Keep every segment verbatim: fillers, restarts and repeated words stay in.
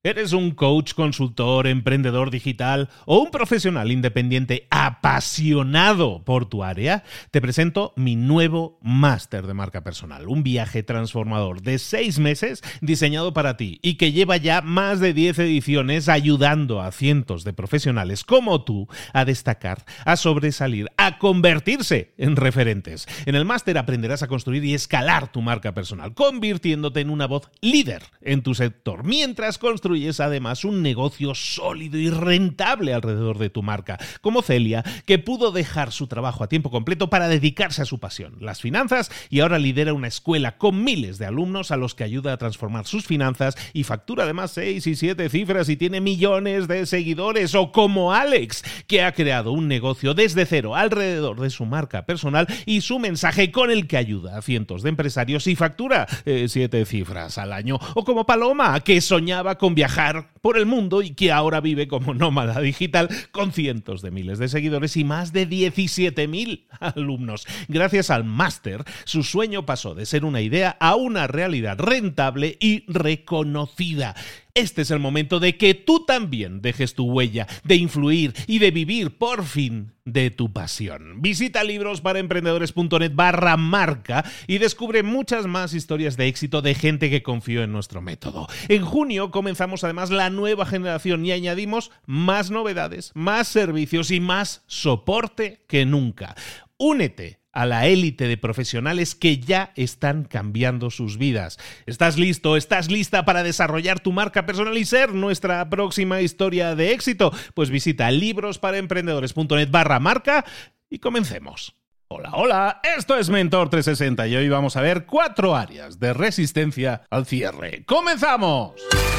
¿Eres un coach, consultor, emprendedor digital o un profesional independiente apasionado por tu área? Te presento mi nuevo máster de marca personal, un viaje transformador de seis meses diseñado para ti y que lleva ya más de diez ediciones ayudando a cientos de profesionales como tú a destacar, a sobresalir, a convertirse en referentes. En el máster aprenderás a construir y escalar tu marca personal, convirtiéndote en una voz líder en tu sector, mientras construyes además un negocio sólido y rentable alrededor de tu marca, como Celia, que pudo dejar su trabajo a tiempo completo para dedicarse a su pasión, las finanzas, y ahora lidera una escuela con miles de alumnos a los que ayuda a transformar sus finanzas y factura además seis y siete cifras y tiene millones de seguidores. O como Alex, que ha creado un negocio desde cero alrededor de su marca personal y su mensaje, con el que ayuda a cientos de empresarios y factura eh, siete cifras al año. O como Paloma, que soñaba con viajar por el mundo y que ahora vive como nómada digital con cientos de miles de seguidores y más de diecisiete mil alumnos. Gracias al máster, su sueño pasó de ser una idea a una realidad rentable y reconocida. Este es el momento de que tú también dejes tu huella, de influir y de vivir por fin de tu pasión. Visita librosparaemprendedores.net barra marca y descubre muchas más historias de éxito de gente que confió en nuestro método. En junio comenzamos además la nueva generación y añadimos más novedades, más servicios y más soporte que nunca. Únete a la élite de profesionales que ya están cambiando sus vidas. ¿Estás listo? ¿Estás lista para desarrollar tu marca personal y ser nuestra próxima historia de éxito? Pues visita librosparaemprendedores.net barra marca y comencemos. Hola, hola, esto es Mentor trescientos sesenta y hoy vamos a ver cuatro áreas de resistencia al cierre. ¡Comenzamos!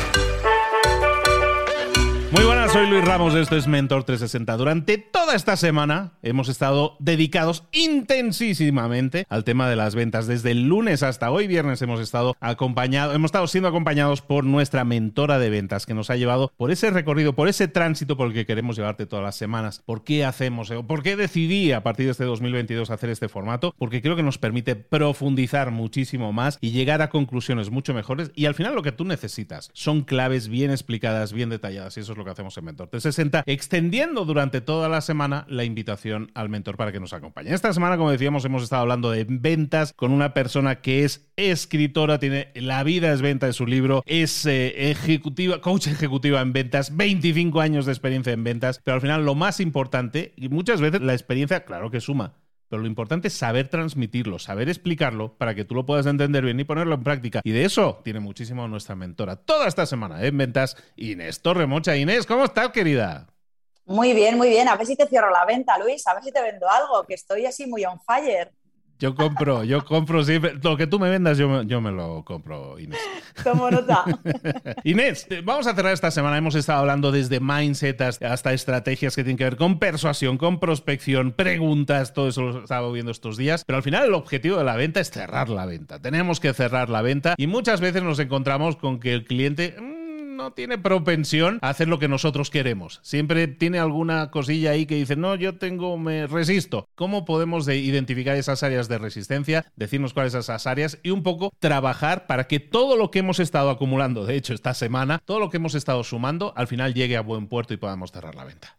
Muy buenas, soy Luis Ramos, esto es Mentor trescientos sesenta. Durante toda esta semana hemos estado dedicados intensísimamente al tema de las ventas. Desde el lunes hasta hoy viernes hemos estado acompañados, hemos estado siendo acompañados por nuestra mentora de ventas, que nos ha llevado por ese recorrido, por ese tránsito por el que queremos llevarte todas las semanas. ¿Por qué hacemos eso? ¿Por qué decidí a partir de este dos mil veintidós hacer este formato? Porque creo que nos permite profundizar muchísimo más y llegar a conclusiones mucho mejores, y al final lo que tú necesitas son claves bien explicadas, bien detalladas, y eso es lo que hacemos en Mentor trescientos sesenta, extendiendo durante toda la semana la invitación al mentor para que nos acompañe. Esta semana, como decíamos, hemos estado hablando de ventas con una persona que es escritora, tiene La vida es venta de su libro, es eh, ejecutiva, coach ejecutiva en ventas, veinticinco años de experiencia en ventas, pero al final lo más importante, y muchas veces la experiencia, claro que suma, pero lo importante es saber transmitirlo, saber explicarlo para que tú lo puedas entender bien y ponerlo en práctica. Y de eso tiene muchísimo nuestra mentora toda esta semana en ventas, Inés Torremocha. Inés, ¿cómo estás, querida? Muy bien, muy bien. A ver si te cierro la venta, Luis. A ver si te vendo algo, que estoy así muy on fire. Yo compro, yo compro siempre. Lo que tú me vendas, yo me, yo me lo compro, Inés. Tomo nota. Inés, vamos a cerrar esta semana. Hemos estado hablando desde mindset hasta estrategias que tienen que ver con persuasión, con prospección, preguntas, todo eso lo estaba viendo estos días. Pero al final el objetivo de la venta es cerrar la venta. Tenemos que cerrar la venta y muchas veces nos encontramos con que el cliente no tiene propensión a hacer lo que nosotros queremos. Siempre tiene alguna cosilla ahí que dice, no, yo tengo, me resisto. ¿Cómo podemos de identificar esas áreas de resistencia, decirnos cuáles son esas áreas y un poco trabajar para que todo lo que hemos estado acumulando, de hecho, esta semana, todo lo que hemos estado sumando, al final llegue a buen puerto y podamos cerrar la venta?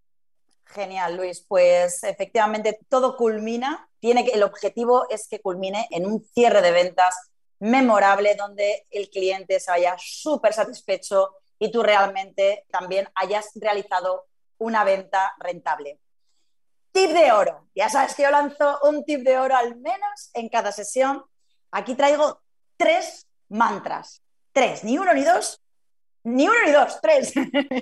Genial, Luis. Pues efectivamente todo culmina, tiene que, el objetivo es que culmine en un cierre de ventas memorable, donde el cliente se vaya súper satisfecho y tú realmente también hayas realizado una venta rentable. Tip de oro. Ya sabes que yo lanzo un tip de oro al menos en cada sesión. Aquí traigo tres mantras. Tres, ni uno ni dos, ni uno ni dos, tres.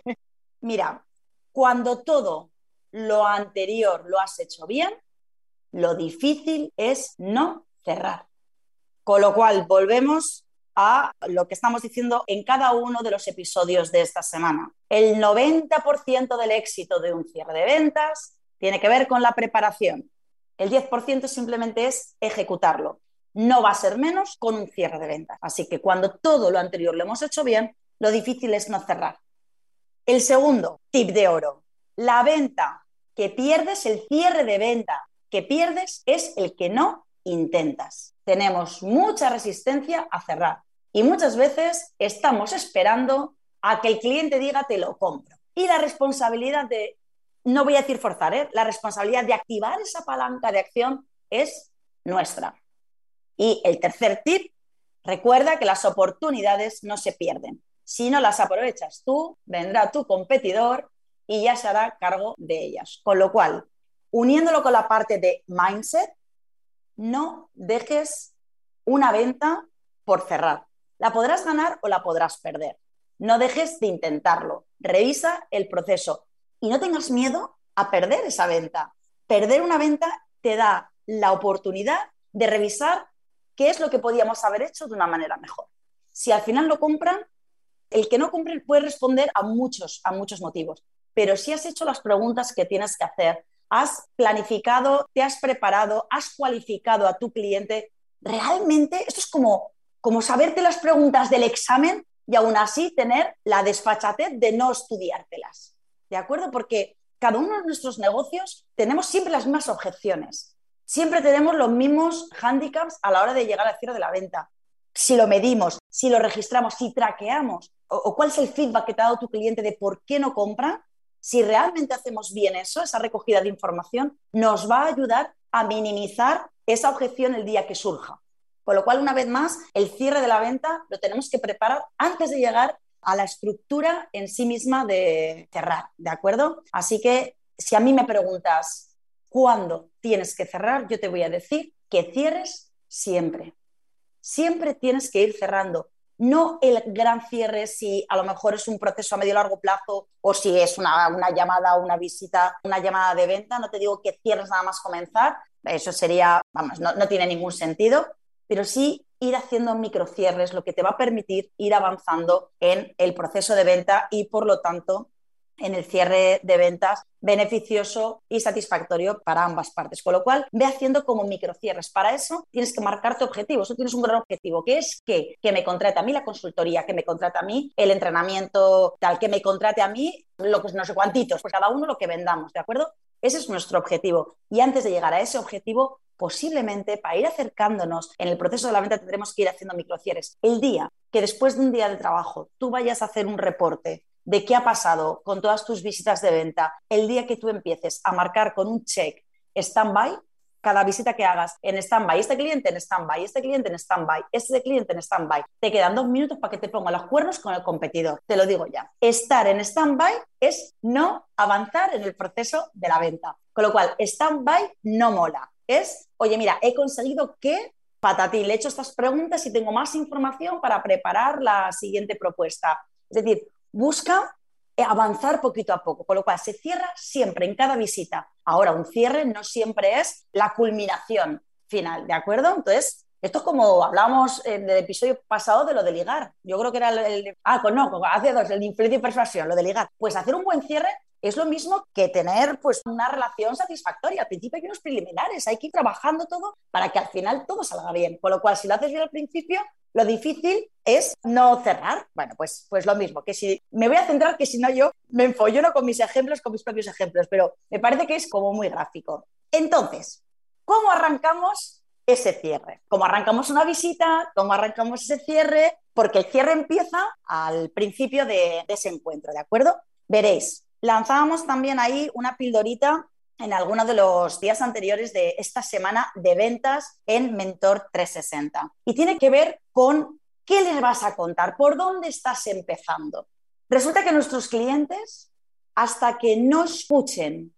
Mira, cuando todo lo anterior lo has hecho bien, lo difícil es no cerrar. Con lo cual, volvemos a lo que estamos diciendo en cada uno de los episodios de esta semana. El noventa por ciento del éxito de un cierre de ventas tiene que ver con la preparación. El diez por ciento simplemente es ejecutarlo. No va a ser menos con un cierre de ventas. Así que cuando todo lo anterior lo hemos hecho bien, lo difícil es no cerrar. El segundo tip de oro. La venta que pierdes, el cierre de venta que pierdes es el que no intentas. Tenemos mucha resistencia a cerrar y muchas veces estamos esperando a que el cliente diga te lo compro. Y la responsabilidad de, no voy a decir forzar, ¿eh? La responsabilidad de activar esa palanca de acción es nuestra. Y el tercer tip, recuerda que las oportunidades no se pierden. Si no las aprovechas tú, vendrá tu competidor y ya se hará cargo de ellas. Con lo cual, uniéndolo con la parte de mindset, no dejes una venta por cerrar. La podrás ganar o la podrás perder. No dejes de intentarlo. Revisa el proceso y no tengas miedo a perder esa venta. Perder una venta te da la oportunidad de revisar qué es lo que podíamos haber hecho de una manera mejor. Si al final lo compran, el que no compre puede responder a muchos, a muchos motivos, pero si has hecho las preguntas que tienes que hacer, has planificado, te has preparado, has cualificado a tu cliente, realmente esto es como, como saberte las preguntas del examen y aún así tener la desfachatez de no estudiártelas, ¿de acuerdo? Porque cada uno de nuestros negocios tenemos siempre las mismas objeciones, siempre tenemos los mismos hándicaps a la hora de llegar al cierre de la venta. Si lo medimos, si lo registramos, si traqueamos, o, o cuál es el feedback que te ha dado tu cliente de por qué no compra, si realmente hacemos bien eso, esa recogida de información, nos va a ayudar a minimizar esa objeción el día que surja. Con lo cual, una vez más, el cierre de la venta lo tenemos que preparar antes de llegar a la estructura en sí misma de cerrar, ¿de acuerdo? Así que si a mí me preguntas cuándo tienes que cerrar, yo te voy a decir que cierres siempre. Siempre tienes que ir cerrando. No el gran cierre si a lo mejor es un proceso a medio largo plazo o si es una, una llamada o una visita, una llamada de venta. No te digo que cierres nada más comenzar. Eso sería, vamos, no, no tiene ningún sentido. Pero sí ir haciendo microcierres, lo que te va a permitir ir avanzando en el proceso de venta y, por lo tanto, en el cierre de ventas beneficioso y satisfactorio para ambas partes. Con lo cual, ve haciendo como microcierres. Para eso tienes que marcarte objetivos. Tú tienes un gran objetivo, que es que, que me contrate a mí la consultoría, que me contrate a mí el entrenamiento tal, que me contrate a mí lo que no sé cuantitos, pues cada uno lo que vendamos, ¿de acuerdo? Ese es nuestro objetivo. Y antes de llegar a ese objetivo, posiblemente para ir acercándonos en el proceso de la venta tendremos que ir haciendo microcierres. El día que después de un día de trabajo tú vayas a hacer un reporte de qué ha pasado con todas tus visitas de venta, el día que tú empieces a marcar con un check stand-by, cada visita que hagas en stand-by, este cliente en stand-by, este cliente en stand-by, este cliente en stand-by, te quedan dos minutos para que te ponga los cuernos con el competidor, te lo digo ya. Estar en stand-by es no avanzar en el proceso de la venta, con lo cual stand-by no mola, es, oye mira, he conseguido que patatín, le he hecho estas preguntas y tengo más información para preparar la siguiente propuesta. Es decir, busca avanzar poquito a poco, con lo cual se cierra siempre en cada visita. Ahora, un cierre no siempre es la culminación final, ¿de acuerdo? Entonces, esto es como hablábamos en el episodio pasado de lo de ligar. Yo creo que era el... el ah, pues no, hace dos, el de influencia y persuasión, lo de ligar. Pues hacer un buen cierre es lo mismo que tener pues, una relación satisfactoria. Al principio hay unos preliminares, hay que ir trabajando todo para que al final todo salga bien. Con lo cual, si lo haces bien al principio, lo difícil es no cerrar. Bueno, pues, pues lo mismo, que si me voy a centrar, que si no yo me enfollono con mis ejemplos, con mis propios ejemplos, pero me parece que es como muy gráfico. Entonces, ¿cómo arrancamos ese cierre? ¿Cómo arrancamos una visita? ¿Cómo arrancamos ese cierre? Porque el cierre empieza al principio de, de ese encuentro, ¿de acuerdo? Veréis, lanzábamos también ahí una pildorita en algunos de los días anteriores de esta semana de ventas en Mentor trescientos sesenta. Y tiene que ver con qué les vas a contar, por dónde estás empezando. Resulta que nuestros clientes, hasta que no escuchen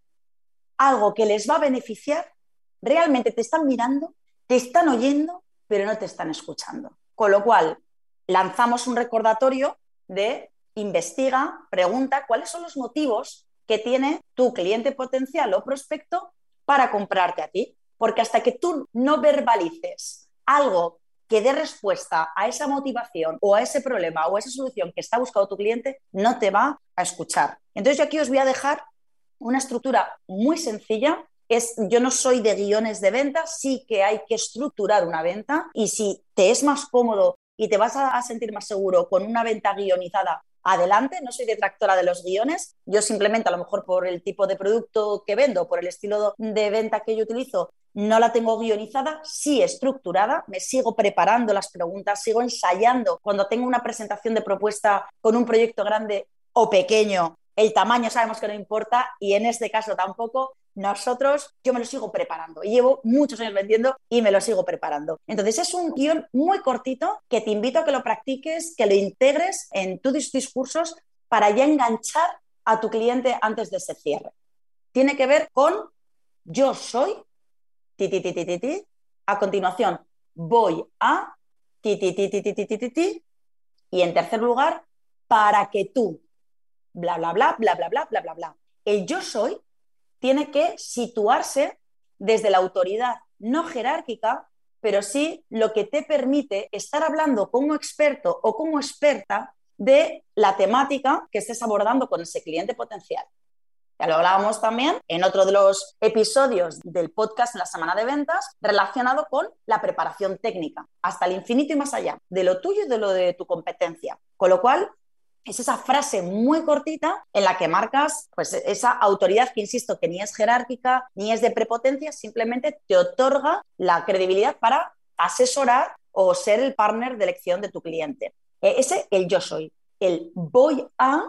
algo que les va a beneficiar, realmente te están mirando, te están oyendo, pero no te están escuchando. Con lo cual, lanzamos un recordatorio de investiga, pregunta cuáles son los motivos que tiene tu cliente potencial o prospecto para comprarte a ti. Porque hasta que tú no verbalices algo que dé respuesta a esa motivación o a ese problema o a esa solución que está buscando tu cliente, no te va a escuchar. Entonces yo aquí os voy a dejar una estructura muy sencilla. Es, yo no soy de guiones de venta, sí que hay que estructurar una venta y si te es más cómodo y te vas a, a sentir más seguro con una venta guionizada, adelante. No soy detractora de los guiones, yo simplemente a lo mejor por el tipo de producto que vendo, por el estilo de venta que yo utilizo, no la tengo guionizada, sí estructurada, me sigo preparando las preguntas, sigo ensayando cuando tengo una presentación de propuesta con un proyecto grande o pequeño. El tamaño sabemos que no importa y en este caso tampoco. Nosotros, yo me lo sigo preparando y llevo muchos años vendiendo y me lo sigo preparando. Entonces es un guión muy cortito que te invito a que lo practiques, que lo integres en tus discursos para ya enganchar a tu cliente antes de ese cierre. Tiene que ver con yo soy, ti, ti, ti, ti, ti, ti. A continuación, voy a, ti, ti, ti, ti, ti, ti, ti, ti, ti. Y en tercer lugar, para que tú, bla, bla, bla, bla, bla, bla, bla, bla, bla. El yo soy tiene que situarse desde la autoridad no jerárquica, pero sí lo que te permite estar hablando como experto o como experta de la temática que estés abordando con ese cliente potencial. Ya lo hablábamos también en otro de los episodios del podcast en la semana de ventas relacionado con la preparación técnica, hasta el infinito y más allá, de lo tuyo y de lo de tu competencia. Con lo cual, es esa frase muy cortita en la que marcas pues, esa autoridad que, insisto, que ni es jerárquica ni es de prepotencia, simplemente te otorga la credibilidad para asesorar o ser el partner de elección de tu cliente. Ese, el yo soy. El voy a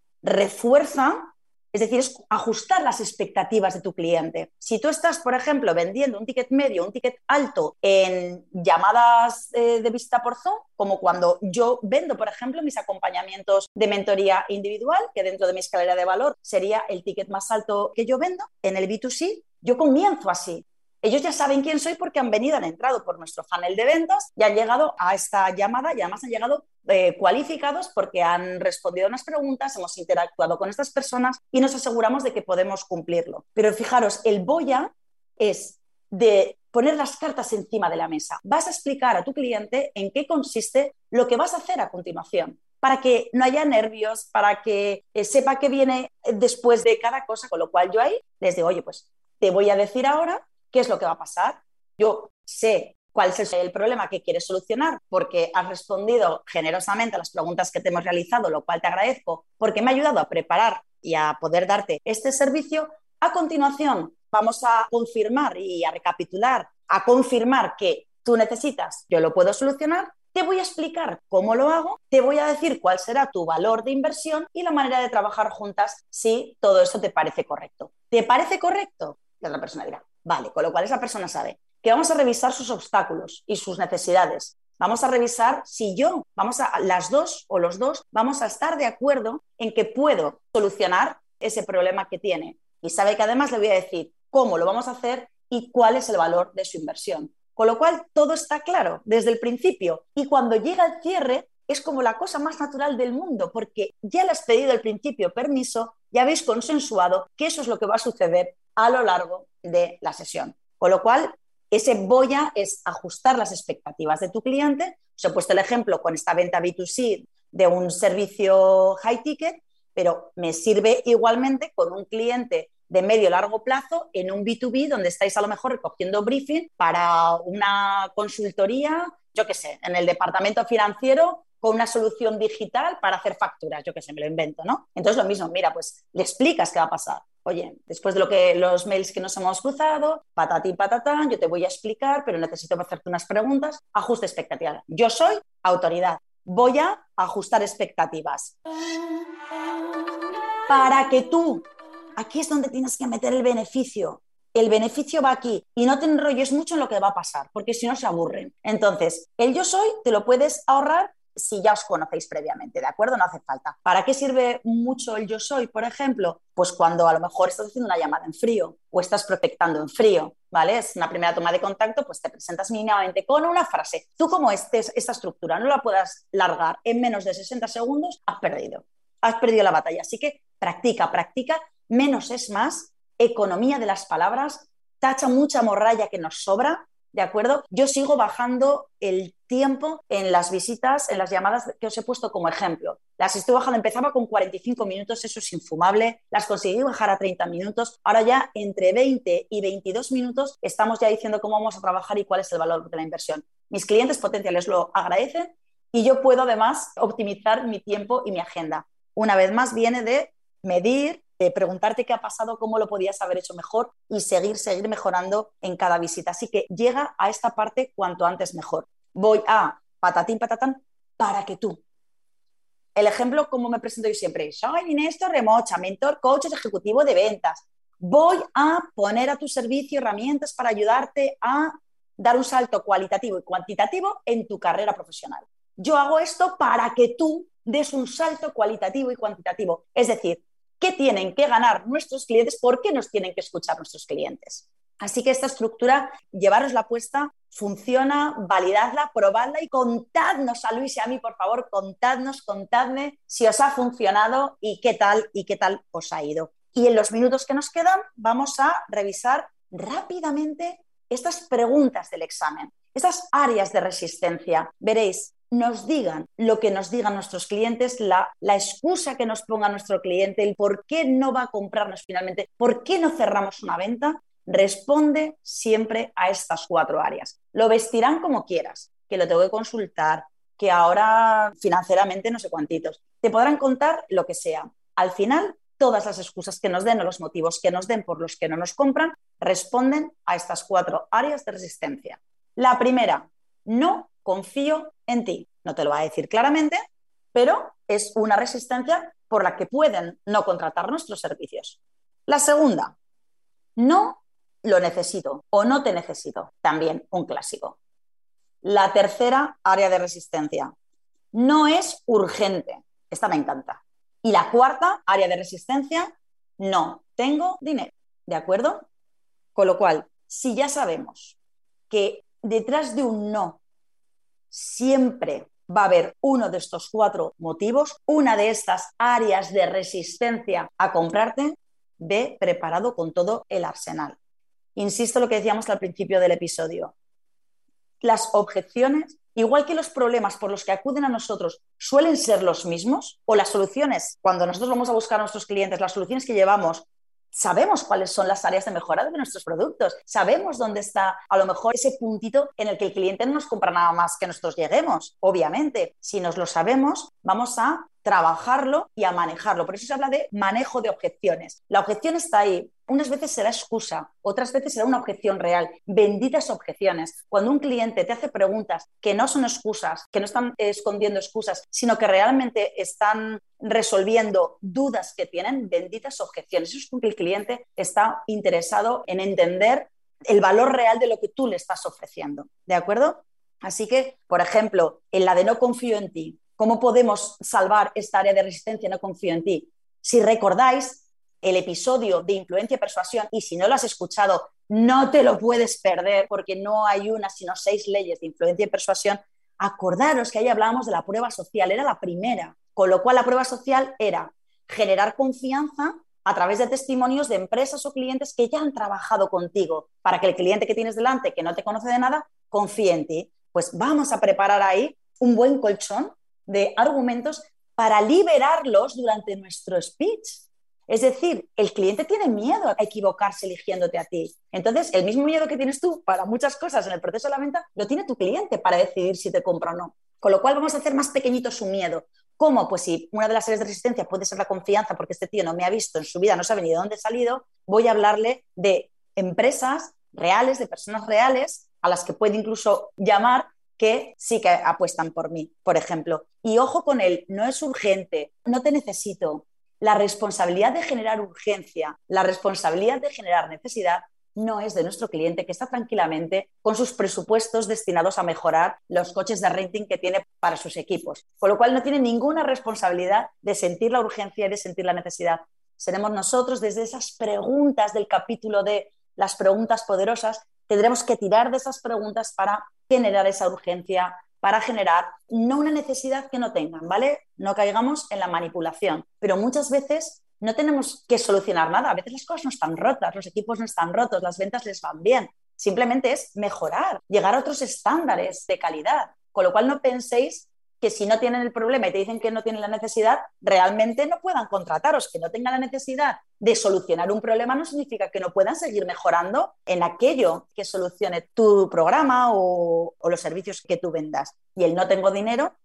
refuerza, es decir, es ajustar las expectativas de tu cliente. Si tú estás, por ejemplo, vendiendo un ticket medio, un ticket alto en llamadas eh, de visita por Zoom, como cuando yo vendo, por ejemplo, mis acompañamientos de mentoría individual, que dentro de mi escalera de valor sería el ticket más alto que yo vendo, en el B dos C, yo comienzo así. Ellos ya saben quién soy porque han venido, han entrado por nuestro funnel de ventas y han llegado a esta llamada y además han llegado eh, cualificados porque han respondido a unas preguntas, hemos interactuado con estas personas y nos aseguramos de que podemos cumplirlo. Pero fijaros, el voy a es de poner las cartas encima de la mesa. Vas a explicar a tu cliente en qué consiste lo que vas a hacer a continuación, para que no haya nervios, para que eh, sepa qué viene después de cada cosa, con lo cual yo ahí les digo, oye, pues te voy a decir ahora qué es lo que va a pasar. Yo sé cuál es el problema que quieres solucionar porque has respondido generosamente a las preguntas que te hemos realizado, lo cual te agradezco porque me ha ayudado a preparar y a poder darte este servicio. A continuación, vamos a confirmar y a recapitular, a confirmar que tú necesitas, yo lo puedo solucionar. Te voy a explicar cómo lo hago, te voy a decir cuál será tu valor de inversión y la manera de trabajar juntas si todo eso te parece correcto. ¿Te parece correcto? Y la persona dirá, vale, con lo cual esa persona sabe que vamos a revisar sus obstáculos y sus necesidades. Vamos a revisar si yo, vamos a, las dos o los dos, vamos a estar de acuerdo en que puedo solucionar ese problema que tiene. Y sabe que además le voy a decir cómo lo vamos a hacer y cuál es el valor de su inversión. Con lo cual todo está claro desde el principio. Y cuando llega el cierre es como la cosa más natural del mundo porque ya le has pedido al principio permiso, ya habéis consensuado que eso es lo que va a suceder a lo largo de la sesión. Con lo cual, ese voy a es ajustar las expectativas de tu cliente. Os he puesto el ejemplo con esta venta B dos C de un servicio high ticket, pero me sirve igualmente con un cliente de medio largo plazo en un B dos B donde estáis a lo mejor recogiendo briefing para una consultoría, yo qué sé, en el departamento financiero con una solución digital para hacer facturas, yo qué sé, me lo invento, ¿no? Entonces lo mismo, mira, pues le explicas qué va a pasar. Oye, después de lo que los mails que nos hemos cruzado, patatín, patatán, yo te voy a explicar, pero necesito hacerte unas preguntas. Ajuste expectativas. Yo soy autoridad. Voy a ajustar expectativas. Para que tú, aquí es donde tienes que meter el beneficio. El beneficio va aquí y no te enrolles mucho en lo que va a pasar, porque si no se aburren. Entonces, el yo soy te lo puedes ahorrar si ya os conocéis previamente, ¿de acuerdo? No hace falta. ¿Para qué sirve mucho el yo soy, por ejemplo? Pues cuando a lo mejor estás haciendo una llamada en frío o estás prospectando en frío, ¿vale? Es una primera toma de contacto, pues te presentas mínimamente con una frase. Tú como estés, esta estructura no la puedas largar en menos de sesenta segundos, has perdido. Has perdido la batalla. Así que practica, practica. Menos es más. Economía de las palabras. Tacha mucha morralla que nos sobra. ¿De acuerdo? Yo sigo bajando el tiempo en las visitas, en las llamadas que os he puesto como ejemplo. Las estoy bajando, empezaba con cuarenta y cinco minutos, eso es infumable. Las conseguí bajar a treinta minutos. Ahora ya entre veinte y veintidós minutos estamos ya diciendo cómo vamos a trabajar y cuál es el valor de la inversión. Mis clientes potenciales lo agradecen y yo puedo además optimizar mi tiempo y mi agenda. Una vez más viene de medir, de preguntarte qué ha pasado, cómo lo podías haber hecho mejor y seguir, seguir mejorando en cada visita. Así que llega a esta parte cuanto antes mejor. Voy a patatín, patatán, para que tú. El ejemplo, como me presento yo siempre, soy Inés Torremocha, mentor, coach ejecutivo de ventas. Voy a poner a tu servicio herramientas para ayudarte a dar un salto cualitativo y cuantitativo en tu carrera profesional. Yo hago esto para que tú des un salto cualitativo y cuantitativo. Es decir, ¿qué tienen que ganar nuestros clientes? ¿Por qué nos tienen que escuchar nuestros clientes? Así que esta estructura, llevarosla puesta, funciona, validadla, probadla y contadnos a Luis y a mí, por favor, contadnos, contadme si os ha funcionado y qué tal y qué tal os ha ido. Y en los minutos que nos quedan vamos a revisar rápidamente estas preguntas del examen, estas áreas de resistencia. Veréis, nos digan lo que nos digan nuestros clientes, la, la excusa que nos ponga nuestro cliente, el por qué no va a comprarnos finalmente, por qué no cerramos una venta. Responde siempre a estas cuatro áreas. Lo vestirán como quieras, que lo tengo que consultar, que ahora financieramente no sé cuántitos. Te podrán contar lo que sea. Al final, todas las excusas que nos den o los motivos que nos den por los que no nos compran responden a estas cuatro áreas de resistencia. La primera, no confío en ti. No te lo va a decir claramente, pero es una resistencia por la que pueden no contratar nuestros servicios. La segunda, no lo necesito o no te necesito, también un clásico. La tercera área de resistencia, no es urgente, esta me encanta. Y la cuarta área de resistencia, no tengo dinero, ¿de acuerdo? Con lo cual, si ya sabemos que detrás de un no siempre va a haber uno de estos cuatro motivos, una de estas áreas de resistencia a comprarte, ve preparado con todo el arsenal. Insisto en lo que decíamos al principio del episodio. Las objeciones, igual que los problemas por los que acuden a nosotros suelen ser los mismos, o las soluciones, cuando nosotros vamos a buscar a nuestros clientes, las soluciones que llevamos, sabemos cuáles son las áreas de mejora de nuestros productos, sabemos dónde está a lo mejor ese puntito en el que el cliente no nos compra nada más que nosotros lleguemos. Obviamente, si nos lo sabemos, vamos a trabajarlo y a manejarlo. Por eso se habla de manejo de objeciones. La objeción está ahí. Unas veces será excusa, otras veces será una objeción real. Benditas objeciones. Cuando un cliente te hace preguntas que no son excusas, que no están escondiendo excusas, sino que realmente están resolviendo dudas que tienen, benditas objeciones. Eso es porque el cliente está interesado en entender el valor real de lo que tú le estás ofreciendo. ¿De acuerdo? Así que, por ejemplo, en la de no confío en ti, ¿cómo podemos salvar esta área de resistencia no confío en ti? Si recordáis el episodio de influencia y persuasión, y si no lo has escuchado, no te lo puedes perder porque no hay una, sino seis leyes de influencia y persuasión. Acordaros que ahí hablábamos de la prueba social, era la primera, con lo cual la prueba social era generar confianza a través de testimonios de empresas o clientes que ya han trabajado contigo, para que el cliente que tienes delante, que no te conoce de nada, confíe en ti. Pues vamos a preparar ahí un buen colchón de argumentos para liberarlos durante nuestro speech. Es decir, el cliente tiene miedo a equivocarse eligiéndote a ti. Entonces, el mismo miedo que tienes tú para muchas cosas en el proceso de la venta, lo tiene tu cliente para decidir si te compra o no. Con lo cual vamos a hacer más pequeñito su miedo. ¿Cómo? Pues si una de las áreas de resistencia puede ser la confianza, porque este tío no me ha visto en su vida, no sabe ni de dónde he salido, voy a hablarle de empresas reales, de personas reales, a las que puede incluso llamar, que sí que apuestan por mí, por ejemplo. Y ojo con él, no es urgente, no te necesito. La responsabilidad de generar urgencia, la responsabilidad de generar necesidad no es de nuestro cliente, que está tranquilamente con sus presupuestos destinados a mejorar los coches de renting que tiene para sus equipos. Con lo cual no tiene ninguna responsabilidad de sentir la urgencia y de sentir la necesidad. Seremos nosotros, desde esas preguntas del capítulo de las preguntas poderosas, tendremos que tirar de esas preguntas para generar esa urgencia, para generar no una necesidad que no tengan, ¿vale? No caigamos en la manipulación. Pero muchas veces no tenemos que solucionar nada. A veces las cosas no están rotas, los equipos no están rotos, las ventas les van bien. Simplemente es mejorar, llegar a otros estándares de calidad. Con lo cual no penséis que si no tienen el problema y te dicen que no tienen la necesidad, realmente no puedan contrataros. Que no tengan la necesidad de solucionar un problema no significa que no puedan seguir mejorando en aquello que solucione tu programa o, o los servicios que tú vendas. Y el no tengo dinero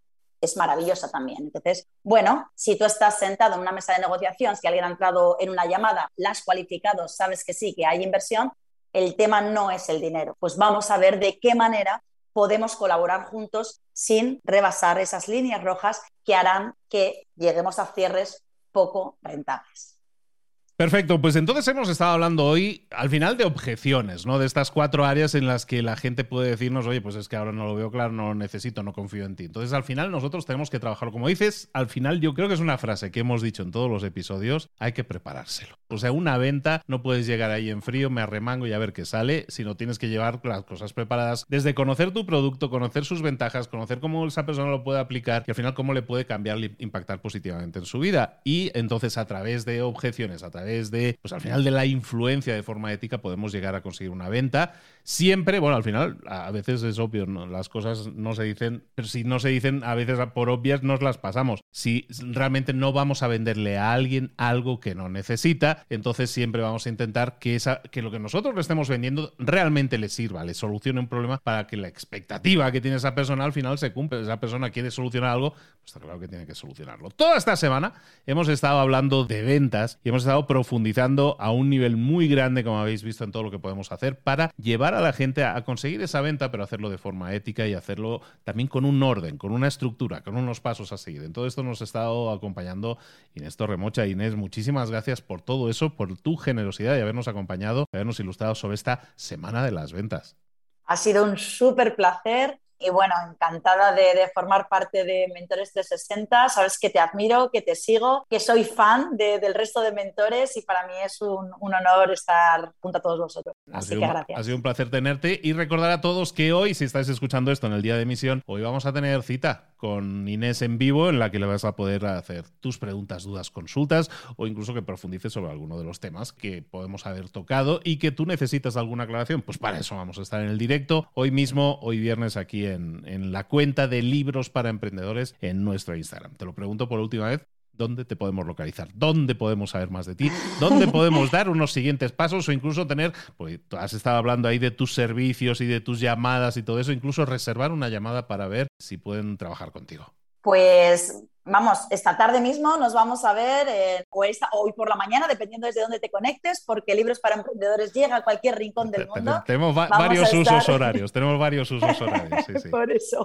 es maravillosa también. Entonces, bueno, si tú estás sentado en una mesa de negociación, si alguien ha entrado en una llamada, la has cualificado, sabes que sí, que hay inversión, el tema no es el dinero. Pues vamos a ver de qué manera podemos colaborar juntos sin rebasar esas líneas rojas que harán que lleguemos a cierres poco rentables. Perfecto, pues entonces hemos estado hablando hoy al final de objeciones, ¿no? De estas cuatro áreas en las que la gente puede decirnos, oye, pues es que ahora no lo veo claro, no lo necesito, no confío en ti. Entonces al final nosotros tenemos que trabajar, como dices, al final yo creo que es una frase que hemos dicho en todos los episodios, hay que preparárselo. O sea, una venta no puedes llegar ahí en frío, me arremango y a ver qué sale, sino tienes que llevar las cosas preparadas desde conocer tu producto, conocer sus ventajas, conocer cómo esa persona lo puede aplicar y al final cómo le puede cambiar e impactar positivamente en su vida. Y entonces a través de objeciones, a través de, pues al final de la influencia de forma ética podemos llegar a conseguir una venta. Siempre, bueno, al final a veces es obvio, ¿no? Las cosas no se dicen, pero si no se dicen a veces por obvias nos las pasamos. Si realmente no vamos a venderle a alguien algo que no necesita, entonces siempre vamos a intentar que, esa, que lo que nosotros le estemos vendiendo realmente le sirva, le solucione un problema para que la expectativa que tiene esa persona al final se cumpla. Esa persona quiere solucionar algo, pues está claro que tiene que solucionarlo. Toda esta semana hemos estado hablando de ventas y hemos estado profundizando a un nivel muy grande, como habéis visto, en todo lo que podemos hacer para llevar a la gente a conseguir esa venta, pero hacerlo de forma ética y hacerlo también con un orden, con una estructura, con unos pasos a seguir. En todo esto nos ha estado acompañando Inés Torremocha. Inés, muchísimas gracias por todo eso, por tu generosidad y habernos acompañado, habernos ilustrado sobre esta Semana de las Ventas. Ha sido un súper placer. Y bueno, encantada de, de formar parte de Mentores trescientos sesenta. Sabes que te admiro, que te sigo, que soy fan de, del resto de mentores y para mí es un, un honor estar junto a todos vosotros. Así que gracias. Ha sido un placer tenerte y recordar a todos que hoy, si estáis escuchando esto en el día de emisión, hoy vamos a tener cita con Inés en vivo en la que le vas a poder hacer tus preguntas, dudas, consultas o incluso que profundices sobre alguno de los temas que podemos haber tocado y que tú necesitas alguna aclaración. Pues para eso vamos a estar en el directo hoy mismo, hoy viernes aquí en En, en la cuenta de Libros para Emprendedores en nuestro Instagram. Te lo pregunto por última vez, ¿dónde te podemos localizar? ¿Dónde podemos saber más de ti? ¿Dónde podemos dar unos siguientes pasos o incluso tener, pues has estado hablando ahí de tus servicios y de tus llamadas y todo eso, incluso reservar una llamada para ver si pueden trabajar contigo? Pues vamos, esta tarde mismo nos vamos a ver, eh, o esta, hoy por la mañana, dependiendo desde dónde te conectes, porque Libros para Emprendedores llega a cualquier rincón del mundo. Tenemos va- varios estar... usos horarios, tenemos varios usos horarios. Sí, sí. Por eso.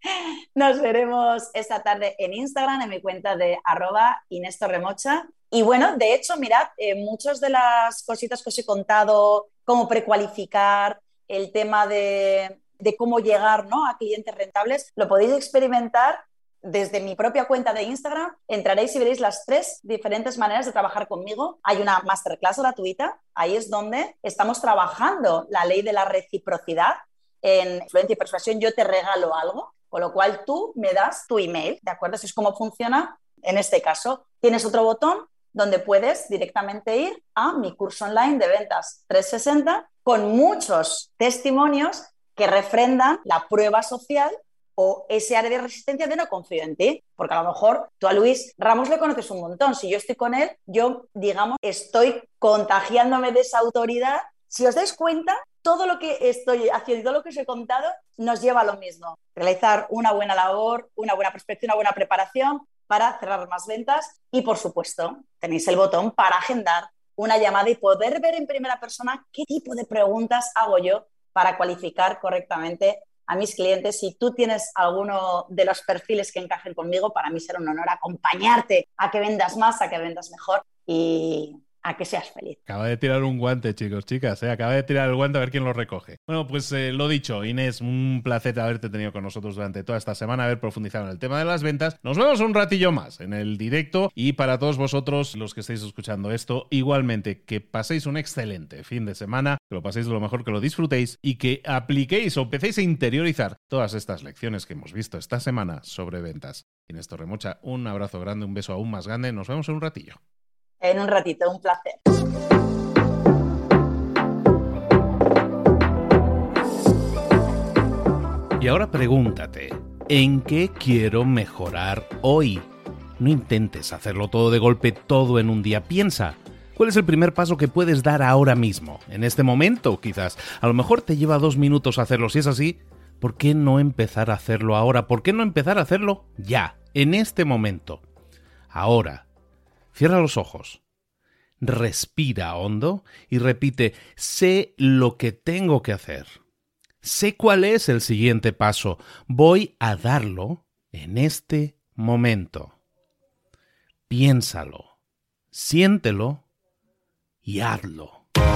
Nos veremos esta tarde en Instagram, en mi cuenta de arroba Inés Torremocha. Y bueno, de hecho, mirad, eh, muchas de las cositas que os he contado, cómo precualificar, el tema de, de cómo llegar, ¿no?, a clientes rentables, lo podéis experimentar desde mi propia cuenta de Instagram. Entraréis y veréis las tres diferentes maneras de trabajar conmigo. Hay una masterclass gratuita, ahí es donde estamos trabajando la ley de la reciprocidad. En Influencia y Persuasión yo te regalo algo, con lo cual tú me das tu email, ¿de acuerdo? Así es como funciona en este caso. Tienes otro botón donde puedes directamente ir a mi curso online de Ventas trescientos sesenta con muchos testimonios que refrendan la prueba social o ese área de resistencia de no confío en ti, porque a lo mejor tú a Luis Ramos le conoces un montón. Si yo estoy con él, yo, digamos, estoy contagiándome de esa autoridad. Si os dais cuenta, todo lo que estoy haciendo y todo lo que os he contado nos lleva a lo mismo. Realizar una buena labor, una buena prospección, una buena preparación para cerrar más ventas y, por supuesto, tenéis el botón para agendar una llamada y poder ver en primera persona qué tipo de preguntas hago yo para cualificar correctamente a mis clientes. Si tú tienes alguno de los perfiles que encajen conmigo, para mí será un honor acompañarte a que vendas más, a que vendas mejor y a que seas feliz. Acaba de tirar un guante, chicos, chicas, ¿eh? Acaba de tirar el guante a ver quién lo recoge. Bueno, pues eh, lo dicho, Inés, un placer haberte tenido con nosotros durante toda esta semana, haber profundizado en el tema de las ventas. Nos vemos un ratillo más en el directo y para todos vosotros, los que estáis escuchando esto, igualmente que paséis un excelente fin de semana, que lo paséis de lo mejor, que lo disfrutéis y que apliquéis o empecéis a interiorizar todas estas lecciones que hemos visto esta semana sobre ventas. Inés Torremocha, un abrazo grande, un beso aún más grande. Nos vemos en un ratillo. En un ratito, un placer. Y ahora pregúntate, ¿en qué quiero mejorar hoy? No intentes hacerlo todo de golpe, todo en un día. Piensa, ¿cuál es el primer paso que puedes dar ahora mismo? En este momento, quizás. A lo mejor te lleva dos minutos hacerlo. Si es así, ¿por qué no empezar a hacerlo ahora? ¿Por qué no empezar a hacerlo ya, en este momento? Ahora, cierra los ojos, respira hondo y repite, sé lo que tengo que hacer. Sé cuál es el siguiente paso. Voy a darlo en este momento. Piénsalo, siéntelo y hazlo.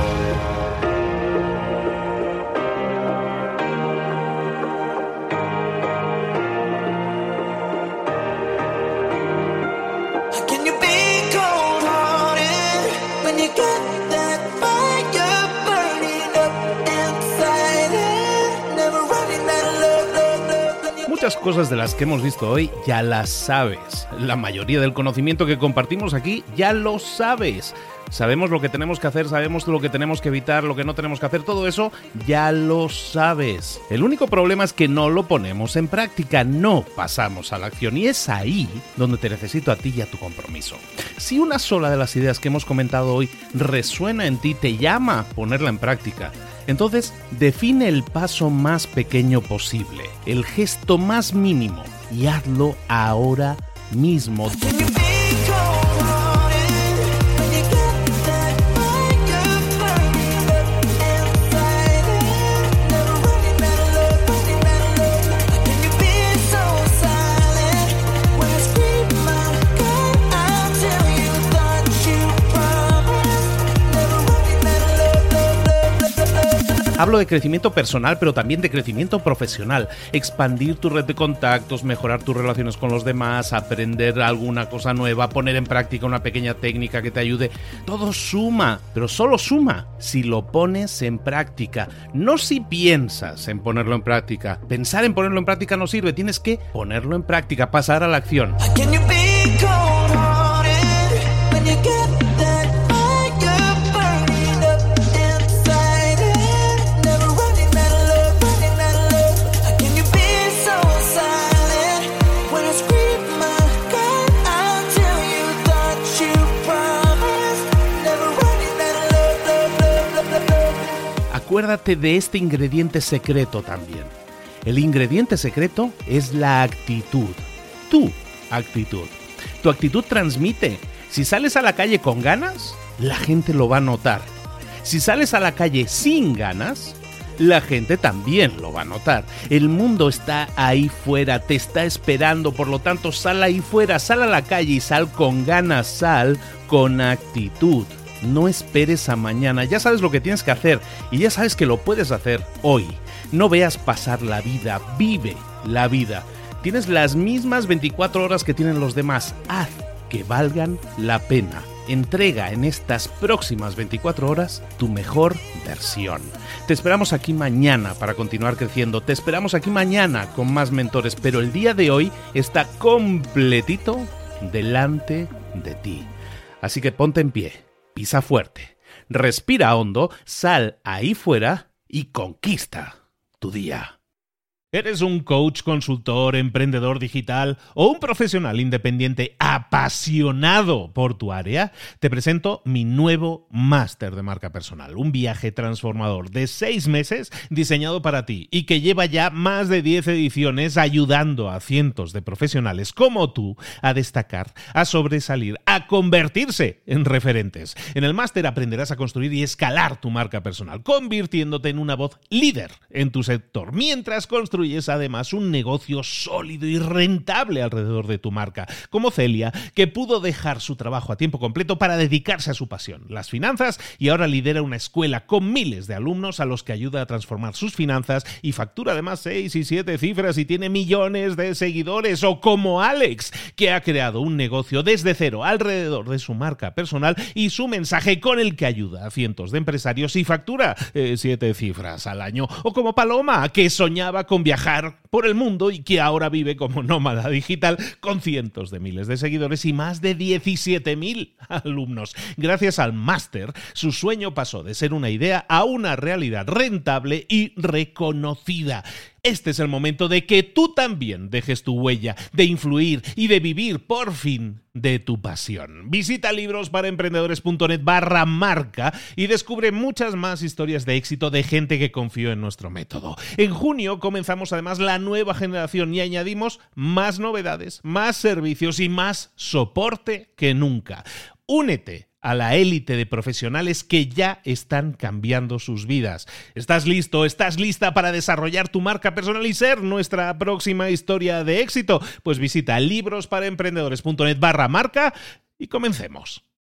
Muchas cosas de las que hemos visto hoy ya las sabes. La mayoría del conocimiento que compartimos aquí ya lo sabes. Sabemos lo que tenemos que hacer, sabemos lo que tenemos que evitar, lo que no tenemos que hacer, todo eso ya lo sabes. El único problema es que no lo ponemos en práctica, no pasamos a la acción y es ahí donde te necesito a ti y a tu compromiso. Si una sola de las ideas que hemos comentado hoy resuena en ti, te llama a ponerla en práctica, entonces define el paso más pequeño posible, el gesto más mínimo y hazlo ahora mismo. Hablo de crecimiento personal, pero también de crecimiento profesional. Expandir tu red de contactos, mejorar tus relaciones con los demás, aprender alguna cosa nueva, poner en práctica una pequeña técnica que te ayude. Todo suma, pero solo suma si lo pones en práctica. No si piensas en ponerlo en práctica. Pensar en ponerlo en práctica no sirve. Tienes que ponerlo en práctica, pasar a la acción. Acuérdate de este ingrediente secreto también. El ingrediente secreto es la actitud. Tu actitud. Tu actitud transmite. Si sales a la calle con ganas, la gente lo va a notar. Si sales a la calle sin ganas, la gente también lo va a notar. El mundo está ahí fuera, te está esperando, por lo tanto sal ahí fuera, sal a la calle y sal con ganas, sal con actitud. No esperes a mañana, ya sabes lo que tienes que hacer y ya sabes que lo puedes hacer hoy. No veas pasar la vida, vive la vida. Tienes las mismas veinticuatro horas que tienen los demás, haz que valgan la pena. Entrega en estas próximas veinticuatro horas tu mejor versión. Te esperamos aquí mañana para continuar creciendo, te esperamos aquí mañana con más mentores, pero el día de hoy está completito delante de ti. Así que ponte en pie. Pisa fuerte, respira hondo, sal ahí fuera y conquista tu día. ¿Eres un coach, consultor, emprendedor digital o un profesional independiente apasionado por tu área? Te presento mi nuevo máster de marca personal, un viaje transformador de seis meses diseñado para ti y que lleva ya más de diez ediciones ayudando a cientos de profesionales como tú a destacar, a sobresalir, a convertirse en referentes. En el máster aprenderás a construir y escalar tu marca personal, convirtiéndote en una voz líder en tu sector, mientras construyes además un negocio sólido y rentable alrededor de tu marca, como Celia, que pudo dejar su trabajo a tiempo completo para dedicarse a su pasión, las finanzas, y ahora lidera una escuela con miles de alumnos a los que ayuda a transformar sus finanzas y factura además seis y siete cifras y tiene millones de seguidores, o como Alex, que ha creado un negocio desde cero alrededor de su marca personal y su mensaje con el que ayuda a cientos de empresarios y factura eh, siete cifras al año, o como Paloma, que soñaba con viajar por el mundo y que ahora vive como nómada digital con cientos de miles de seguidores y más de diecisiete mil alumnos. Gracias al máster, su sueño pasó de ser una idea a una realidad rentable y reconocida. Este es el momento de que tú también dejes tu huella, de influir y de vivir, por fin, de tu pasión. Visita librosparaemprendedores.net barra marca y descubre muchas más historias de éxito de gente que confió en nuestro método. En junio comenzamos además la nueva generación y añadimos más novedades, más servicios y más soporte que nunca. Únete a la élite de profesionales que ya están cambiando sus vidas. ¿Estás listo? ¿Estás lista para desarrollar tu marca personal y ser nuestra próxima historia de éxito? Pues visita librosparaemprendedores.net barra marca y comencemos.